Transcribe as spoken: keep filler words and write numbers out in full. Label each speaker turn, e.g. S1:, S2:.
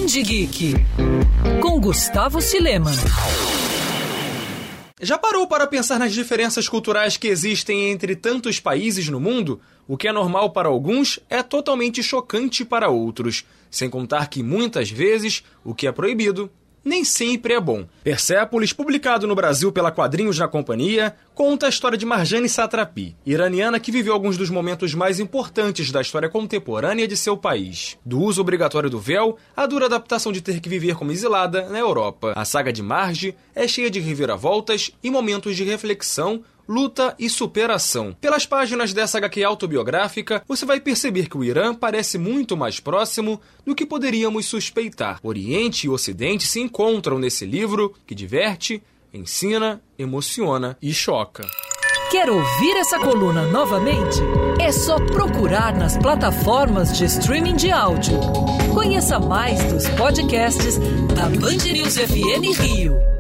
S1: Band Geek, com Gustavo Silema.
S2: Já parou para pensar nas diferenças culturais que existem entre tantos países no mundo? O que é normal para alguns é totalmente chocante para outros, sem contar que muitas vezes o que é proibido nem sempre é bom. Persépolis, publicado no Brasil pela Quadrinhos na Companhia, conta a história de Marjane Satrapi, iraniana que viveu alguns dos momentos mais importantes da história contemporânea de seu país. Do uso obrigatório do véu, à dura adaptação de ter que viver como exilada na Europa. A saga de Marge é cheia de reviravoltas e momentos de reflexão, luta e superação. Pelas páginas dessa agá quê autobiográfica, você vai perceber que o Irã parece muito mais próximo do que poderíamos suspeitar. Oriente e Ocidente se encontram nesse livro que diverte, ensina, emociona e choca.
S1: Quer ouvir essa coluna novamente? É só procurar nas plataformas de streaming de áudio. Conheça mais dos podcasts da Band News F M Rio.